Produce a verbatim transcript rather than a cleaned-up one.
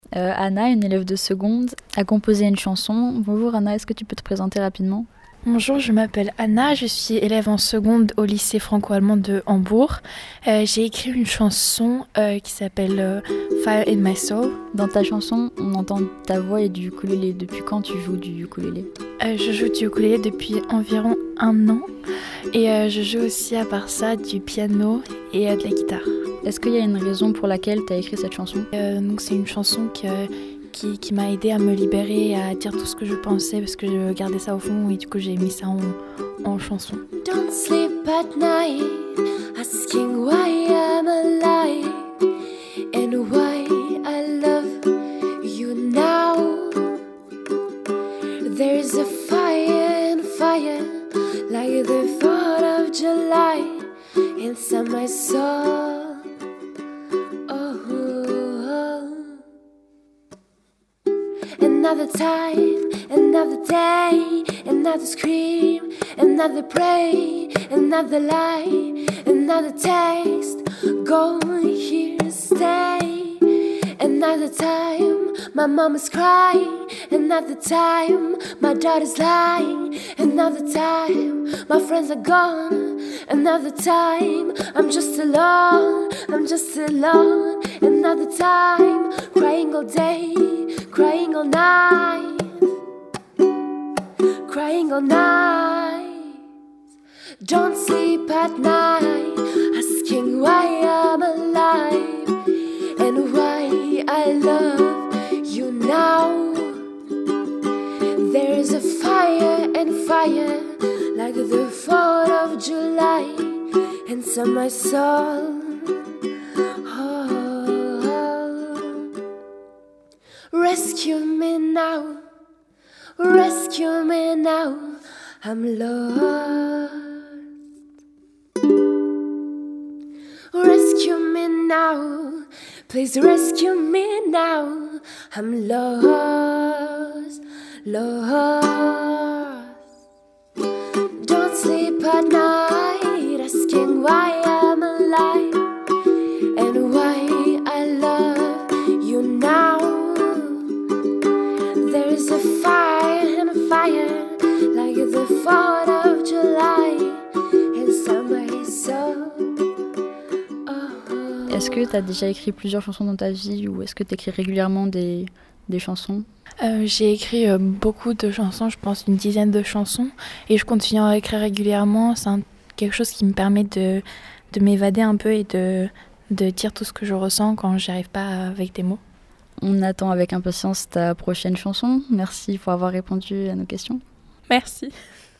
Euh, Anna, une élève de seconde, a composé une chanson. Bonjour Anna, est-ce que tu peux te présenter rapidement ? Bonjour, je m'appelle Anna, je suis élève en seconde au lycée franco-allemand de Hambourg. Euh, j'ai écrit une chanson euh, qui s'appelle euh, Fire in My Soul. Dans ta chanson, on entend ta voix et du ukulélé. Depuis quand tu joues du ukulélé ? Euh, je joue du ukulélé depuis environ un an et euh, je joue aussi à part ça du piano et euh, de la guitare. Est-ce qu'il y a une raison pour laquelle tu as écrit cette chanson ? euh, Donc c'est une chanson que, qui, qui m'a aidée à me libérer, à dire tout ce que je pensais parce que je gardais ça au fond et du coup j'ai mis ça en, en chanson. Don't sleep at night, asking why I'm alive and why I love you now. There's a fire and fire like the fourth of July inside my soul. Another time, another day, another scream, another pray, another lie, another taste, go here and stay. Another time, my mama's crying. Another time, my daughter's lying. Another time, my friends are gone. Another time, I'm just alone, I'm just alone. Another time, crying all day, crying all night, crying all night. Don't sleep at night, asking why I'm alive and why I love you now. There's a fire and fire like the fourth of July inside my soul. Rescue me now, rescue me now, I'm lost. Rescue me now, please rescue me now, I'm lost, lost. Don't sleep at night, asking why I'm alive and why I love you now. There's a fire and a fire like the fourth of July inside my soul. Oh. Est-ce que tu as déjà écrit plusieurs chansons dans ta vie ou est-ce que tu écris régulièrement des, des chansons ? Euh, j'ai écrit euh, beaucoup de chansons, je pense une dizaine de chansons et je continue à écrire régulièrement. C'est un, quelque chose qui me permet de, de m'évader un peu et de, de dire tout ce que je ressens quand j'y arrive pas avec des mots. On attend avec impatience ta prochaine chanson. Merci pour avoir répondu à nos questions. Merci.